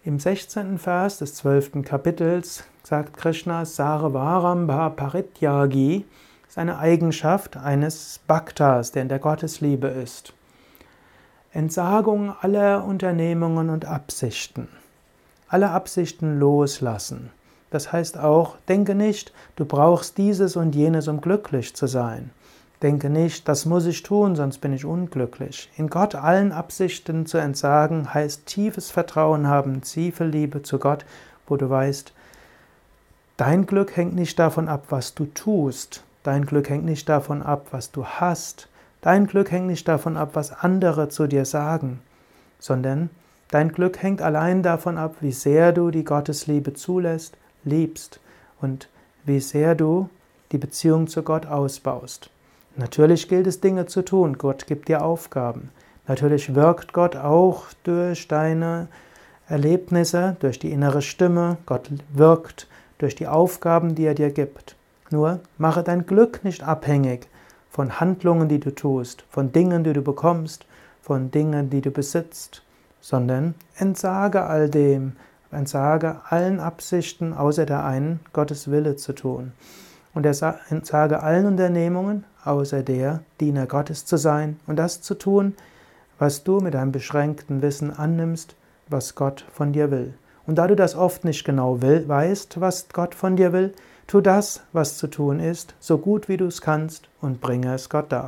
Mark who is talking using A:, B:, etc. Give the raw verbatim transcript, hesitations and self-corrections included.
A: Im sechzehnten Vers des zwölften Kapitels sagt Krishna, Sarvarambha Parityagi ist eine Eigenschaft eines Bhaktas, der in der Gottesliebe ist. Entsagung aller Unternehmungen und Absichten. Alle Absichten loslassen. Das heißt auch, denke nicht, du brauchst dieses und jenes, um glücklich zu sein. Denke nicht, das muss ich tun, sonst bin ich unglücklich. In Gott allen Absichten zu entsagen, heißt tiefes Vertrauen haben, tiefe Liebe zu Gott, wo du weißt, dein Glück hängt nicht davon ab, was du tust. Dein Glück hängt nicht davon ab, was du hast. Dein Glück hängt nicht davon ab, was andere zu dir sagen, sondern dein Glück hängt allein davon ab, wie sehr du die Gottesliebe zulässt, liebst und wie sehr du die Beziehung zu Gott ausbaust. Natürlich gilt es, Dinge zu tun. Gott gibt dir Aufgaben. Natürlich wirkt Gott auch durch deine Erlebnisse, durch die innere Stimme. Gott wirkt durch die Aufgaben, die er dir gibt. Nur mache dein Glück nicht abhängig von Handlungen, die du tust, von Dingen, die du bekommst, von Dingen, die du besitzt, sondern entsage all dem, entsage allen Absichten, außer der einen, Gottes Wille zu tun. Und er entsage allen Unternehmungen, außer der, Diener Gottes zu sein und das zu tun, was du mit deinem beschränkten Wissen annimmst, was Gott von dir will. Und da du das oft nicht genau will, weißt, was Gott von dir will, tu das, was zu tun ist, so gut wie du es kannst und bringe es Gott dar.